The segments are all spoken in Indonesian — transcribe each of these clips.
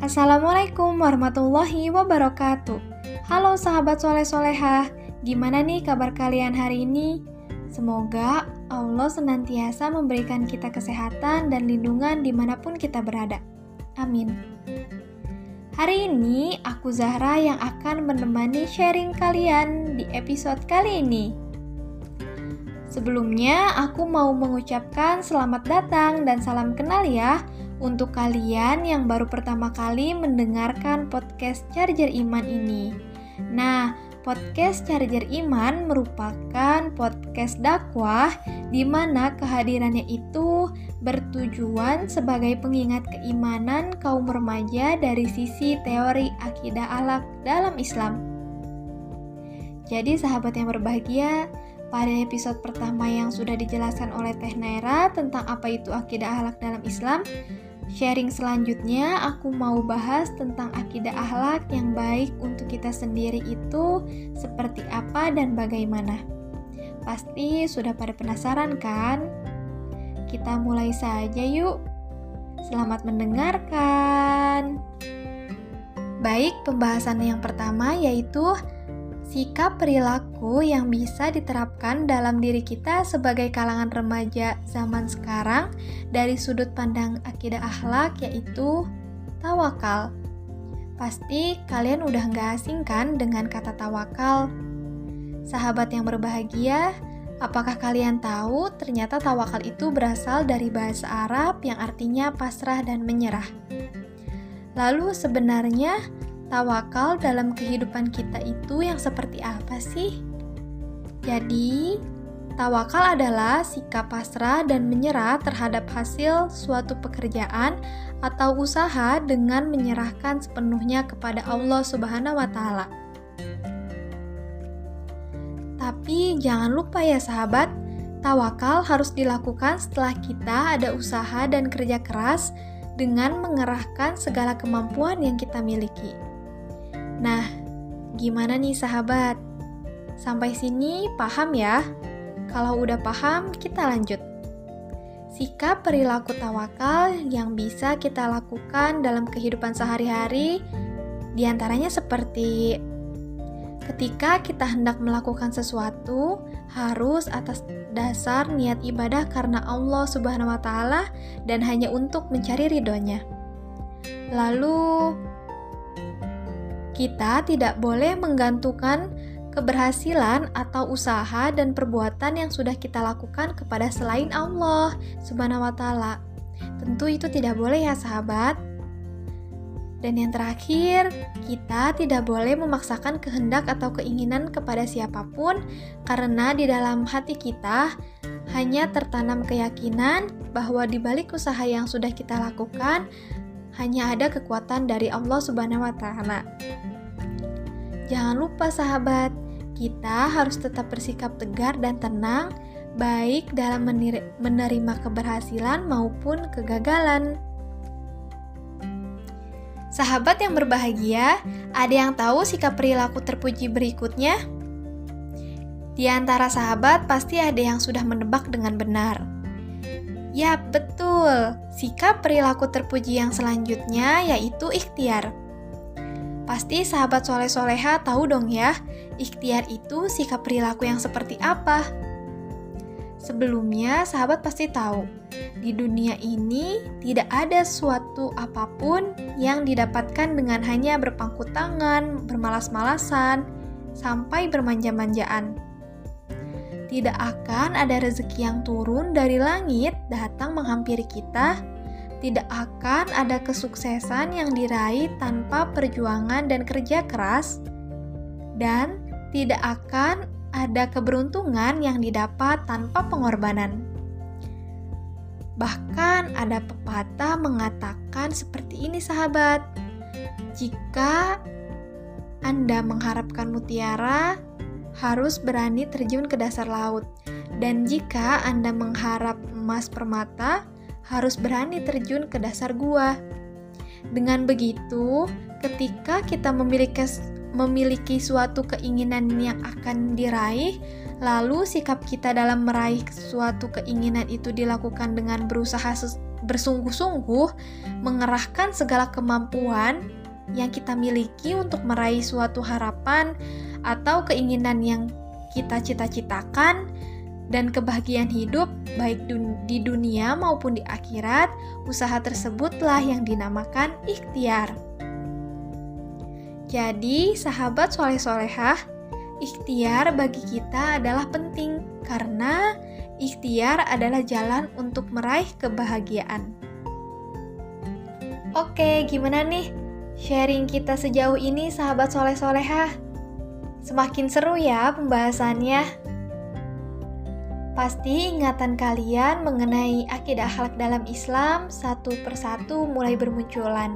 Assalamualaikum warahmatullahi wabarakatuh. Halo sahabat soleh-solehah, gimana nih kabar kalian hari ini? Semoga Allah senantiasa memberikan kita kesehatan dan lindungan dimanapun kita berada. Amin. Hari ini aku Zahra yang akan menemani sharing kalian di episode kali ini. Sebelumnya aku mau mengucapkan selamat datang dan salam kenal ya untuk kalian yang baru pertama kali mendengarkan podcast Charger Iman ini. Nah, podcast Charger Iman merupakan podcast dakwah di mana kehadirannya itu bertujuan sebagai pengingat keimanan kaum remaja dari sisi teori akidah akhlak dalam Islam. Jadi sahabat yang berbahagia, pada episode pertama yang sudah dijelaskan oleh Teh Naira tentang apa itu akidah akhlak dalam Islam, sharing selanjutnya aku mau bahas tentang akidah akhlak yang baik untuk kita sendiri itu seperti apa dan bagaimana. Pasti sudah pada penasaran kan? Kita mulai saja yuk. Selamat mendengarkan. Baik, pembahasan yang pertama yaitu sikap perilaku yang bisa diterapkan dalam diri kita sebagai kalangan remaja zaman sekarang dari sudut pandang akidah akhlak yaitu tawakal. Pasti kalian udah gak asing kan dengan kata tawakal? Sahabat yang berbahagia, apakah kalian tahu ternyata tawakal itu berasal dari bahasa Arab yang artinya pasrah dan menyerah? Lalu sebenarnya tawakal dalam kehidupan kita itu yang seperti apa sih? Jadi, tawakal adalah sikap pasrah dan menyerah terhadap hasil suatu pekerjaan atau usaha dengan menyerahkan sepenuhnya kepada Allah Subhanahu wa Ta'ala. Tapi jangan lupa ya sahabat, tawakal harus dilakukan setelah kita ada usaha dan kerja keras dengan mengerahkan segala kemampuan yang kita miliki. Nah, gimana nih sahabat? Sampai sini paham ya? Kalau udah paham, kita lanjut. Sikap perilaku tawakal yang bisa kita lakukan dalam kehidupan sehari-hari diantaranya seperti ketika kita hendak melakukan sesuatu, harus atas dasar niat ibadah karena Allah Subhanahu wa Ta'ala dan hanya untuk mencari ridhonya. Lalu kita tidak boleh menggantungkan keberhasilan atau usaha dan perbuatan yang sudah kita lakukan kepada selain Allah Subhanahu wa Ta'ala. Tentu itu tidak boleh ya sahabat. Dan yang terakhir, kita tidak boleh memaksakan kehendak atau keinginan kepada siapapun karena di dalam hati kita hanya tertanam keyakinan bahwa di balik usaha yang sudah kita lakukan hanya ada kekuatan dari Allah Subhanahu wa Ta'ala. Jangan lupa sahabat, kita harus tetap bersikap tegar dan tenang, baik dalam menerima keberhasilan maupun kegagalan. Sahabat yang berbahagia, ada yang tahu sikap perilaku terpuji berikutnya? Di antara sahabat pasti ada yang sudah menebak dengan benar. Ya, betul. Sikap perilaku terpuji yang selanjutnya yaitu ikhtiar. Pasti sahabat soleh-soleha tahu dong ya, ikhtiar itu sikap perilaku yang seperti apa. Sebelumnya, sahabat pasti tahu, di dunia ini tidak ada suatu apapun yang didapatkan dengan hanya berpangku tangan, bermalas-malasan, sampai bermanja-manjaan. Tidak akan ada rezeki yang turun dari langit datang menghampiri kita. Tidak akan ada kesuksesan yang diraih tanpa perjuangan dan kerja keras, dan tidak akan ada keberuntungan yang didapat tanpa pengorbanan. Bahkan ada pepatah mengatakan seperti ini sahabat, jika Anda mengharapkan mutiara, harus berani terjun ke dasar laut, dan jika Anda mengharap emas permata, harus berani terjun ke dasar gua. Dengan begitu, ketika kita memiliki suatu keinginan yang akan diraih, lalu sikap kita dalam meraih suatu keinginan itu dilakukan dengan berusaha bersungguh-sungguh mengerahkan segala kemampuan yang kita miliki untuk meraih suatu harapan atau keinginan yang kita cita-citakan, dan kebahagiaan hidup baik di dunia maupun di akhirat. Usaha tersebutlah yang dinamakan ikhtiar. Jadi sahabat soleh-solehah, ikhtiar bagi kita adalah penting karena ikhtiar adalah jalan untuk meraih kebahagiaan. Oke, gimana nih sharing kita sejauh ini sahabat soleh-solehah? Semakin seru ya pembahasannya. Pasti ingatan kalian mengenai akidah akhlak dalam Islam satu persatu mulai bermunculan.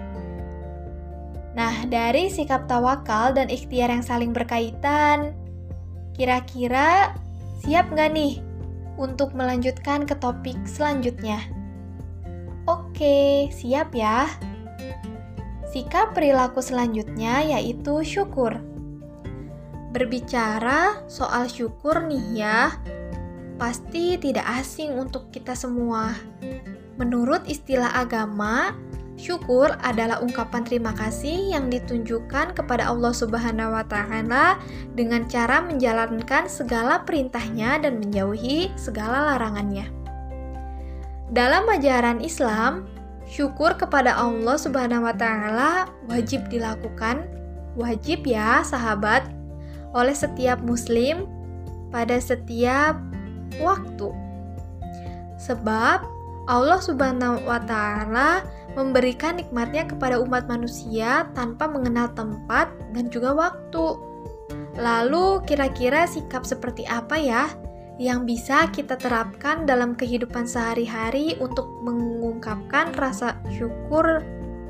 Nah, dari sikap tawakal dan ikhtiar yang saling berkaitan, kira-kira siap nggak nih untuk melanjutkan ke topik selanjutnya? Oke, siap ya. Sikap perilaku selanjutnya yaitu syukur. Berbicara soal syukur nih ya, pasti tidak asing untuk kita semua. Menurut istilah agama, syukur adalah ungkapan terima kasih yang ditunjukkan kepada Allah Subhanahu wa Ta'ala dengan cara menjalankan segala perintahnya dan menjauhi segala larangannya. Dalam ajaran Islam, syukur kepada Allah Subhanahu wa Ta'ala wajib dilakukan, wajib ya sahabat, oleh setiap muslim pada setiap waktu. Sebab Allah Subhanahu wa Ta'ala memberikan nikmatnya kepada umat manusia tanpa mengenal tempat dan juga waktu. Lalu kira-kira sikap seperti apa ya yang bisa kita terapkan dalam kehidupan sehari-hari untuk mengungkapkan rasa syukur?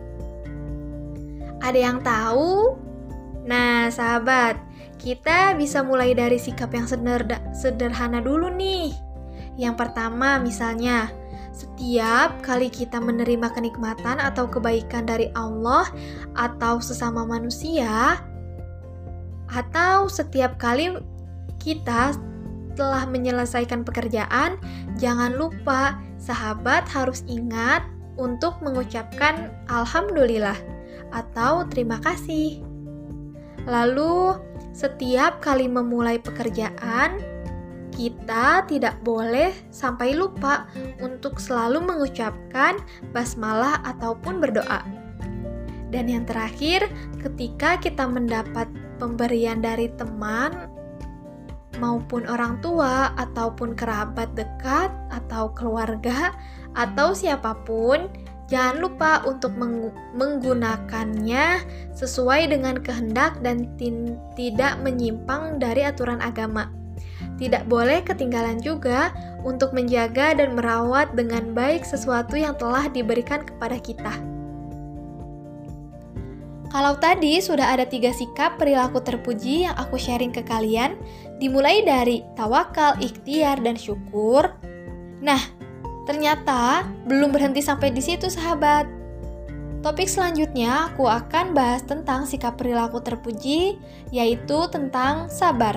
Ada yang tahu? Nah, sahabat, kita bisa mulai dari sikap yang sederhana dulu nih. Yang pertama misalnya, setiap kali kita menerima kenikmatan atau kebaikan dari Allah atau sesama manusia, atau setiap kali kita telah menyelesaikan pekerjaan, jangan lupa sahabat harus ingat untuk mengucapkan Alhamdulillah atau terima kasih. Lalu, setiap kali memulai pekerjaan, kita tidak boleh sampai lupa untuk selalu mengucapkan basmalah ataupun berdoa. Dan yang terakhir, ketika kita mendapat pemberian dari teman maupun orang tua ataupun kerabat dekat atau keluarga atau siapapun, jangan lupa untuk menggunakannya sesuai dengan kehendak dan tidak menyimpang dari aturan agama. Tidak boleh ketinggalan juga untuk menjaga dan merawat dengan baik sesuatu yang telah diberikan kepada kita. Kalau tadi sudah ada 3 sikap perilaku terpuji yang aku sharing ke kalian, dimulai dari tawakal, ikhtiar, dan syukur. Nah, ternyata belum berhenti sampai di situ sahabat. Topik selanjutnya aku akan bahas tentang sikap perilaku terpuji, yaitu tentang sabar.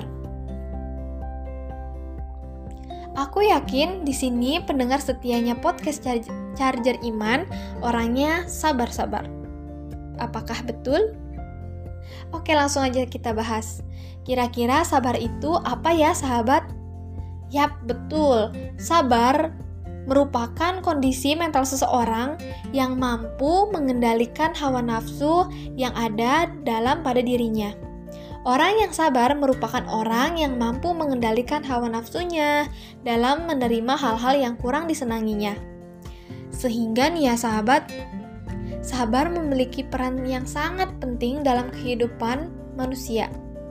Aku yakin di sini pendengar setianya podcast Charger Iman orangnya sabar-sabar. Apakah betul? Oke, langsung aja kita bahas. Kira-kira sabar itu apa ya sahabat? Yap, betul. Sabar merupakan kondisi mental seseorang yang mampu mengendalikan hawa nafsu yang ada pada dirinya. Orang yang sabar merupakan orang yang mampu mengendalikan hawa nafsunya dalam menerima hal-hal yang kurang disenanginya. Sehingga nih ya sahabat, sabar memiliki peran yang sangat penting dalam kehidupan manusia.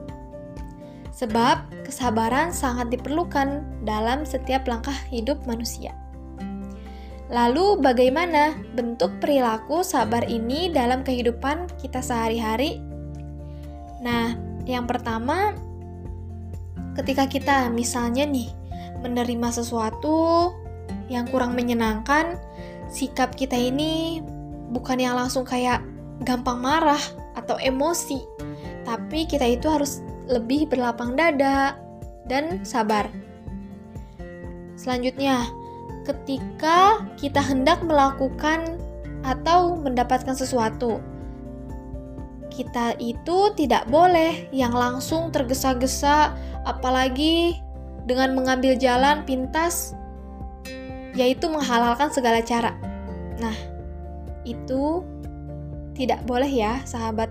Sebab kesabaran sangat diperlukan dalam setiap langkah hidup manusia. Lalu bagaimana bentuk perilaku sabar ini dalam kehidupan kita sehari-hari? Nah, yang pertama, ketika kita misalnya nih menerima sesuatu yang kurang menyenangkan, sikap kita ini bukan yang langsung kayak gampang marah atau emosi, tapi kita itu harus lebih berlapang dada dan sabar. Selanjutnya, ketika kita hendak melakukan atau mendapatkan sesuatu. Kita itu tidak boleh yang langsung tergesa-gesa, apalagi dengan mengambil jalan pintas, yaitu menghalalkan segala cara. Nah, itu tidak boleh ya, sahabat.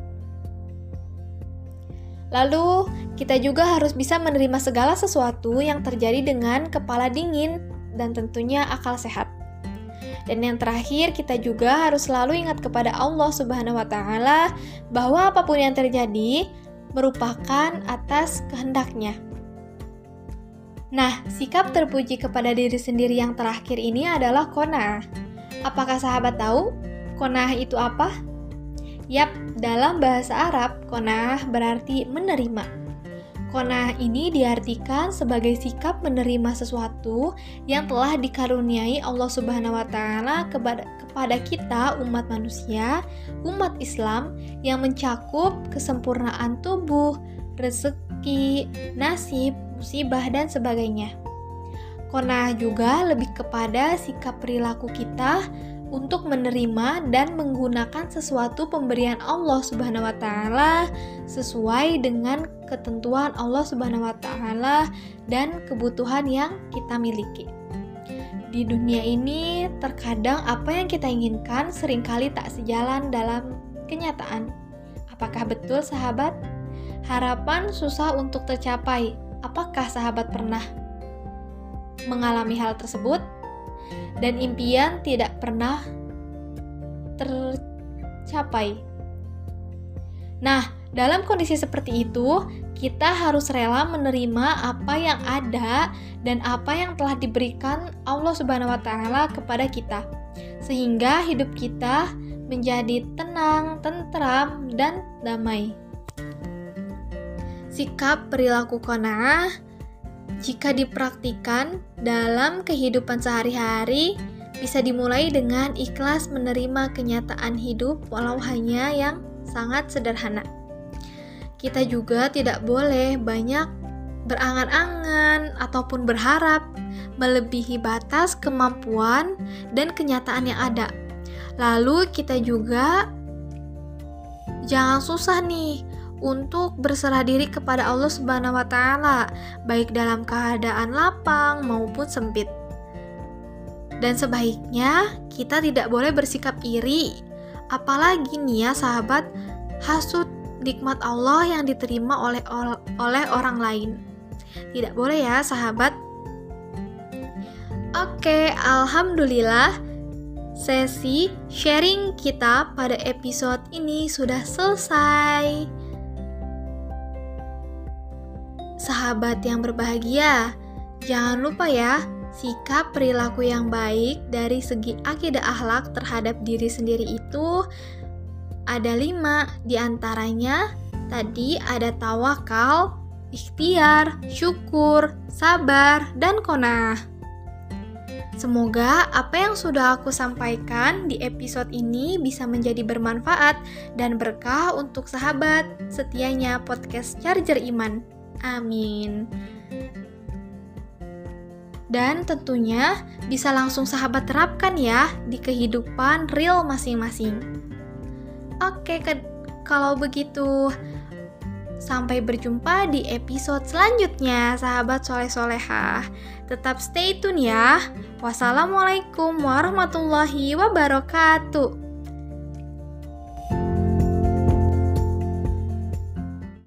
Lalu, kita juga harus bisa menerima segala sesuatu yang terjadi dengan kepala dingin dan tentunya akal sehat. Dan yang terakhir, kita juga harus selalu ingat kepada Allah Subhanahu wa Ta'ala bahwa apapun yang terjadi merupakan atas kehendaknya. Nah, sikap terpuji kepada diri sendiri yang terakhir ini adalah qanaah. Apakah sahabat tahu qanaah itu apa? Yap, dalam bahasa Arab, qanaah berarti menerima. Qanaah ini diartikan sebagai sikap menerima sesuatu yang telah dikaruniai Allah Subhanahu wa Ta'ala kepada kita umat manusia, umat Islam yang mencakup kesempurnaan tubuh, rezeki, nasib, musibah, dan sebagainya. Qanaah juga lebih kepada sikap perilaku kita untuk menerima dan menggunakan sesuatu pemberian Allah Subhanahu wa Ta'ala sesuai dengan ketentuan Allah Subhanahu wa Ta'ala dan kebutuhan yang kita miliki. Di dunia ini, terkadang apa yang kita inginkan seringkali tak sejalan dalam kenyataan. Apakah betul, sahabat? Harapan susah untuk tercapai. Apakah sahabat pernah mengalami hal tersebut? Dan impian tidak pernah tercapai. Nah, dalam kondisi seperti itu, kita harus rela menerima apa yang ada dan apa yang telah diberikan Allah Subhanahu wa Ta'ala kepada kita, sehingga hidup kita menjadi tenang, tentram, dan damai. Sikap perilaku qanaah jika dipraktikkan dalam kehidupan sehari-hari, bisa dimulai dengan ikhlas menerima kenyataan hidup walau hanya yang sangat sederhana. Kita juga tidak boleh banyak berangan-angan ataupun berharap melebihi batas kemampuan dan kenyataan yang ada. Lalu kita juga jangan susah nih untuk berserah diri kepada Allah Subhanahu wa Ta'ala, baik dalam keadaan lapang maupun sempit. Dan sebaiknya kita tidak boleh bersikap iri, apalagi nih ya sahabat, hasud nikmat Allah yang diterima oleh orang lain. Tidak boleh ya sahabat. Oke, alhamdulillah sesi sharing kita pada episode ini sudah selesai. Sahabat yang berbahagia, jangan lupa ya, sikap perilaku yang baik dari segi akidah akhlak terhadap diri sendiri itu ada 5. Di antaranya tadi ada tawakal, ikhtiar, syukur, sabar, dan qanaah. Semoga apa yang sudah aku sampaikan di episode ini bisa menjadi bermanfaat dan berkah untuk sahabat setianya podcast Charger Iman. Amin. Dan tentunya bisa langsung sahabat terapkan ya di kehidupan real masing-masing. Oke, kalau begitu sampai berjumpa di episode selanjutnya, sahabat soleh-solehah. Tetap stay tune ya. Wassalamualaikum warahmatullahi wabarakatuh.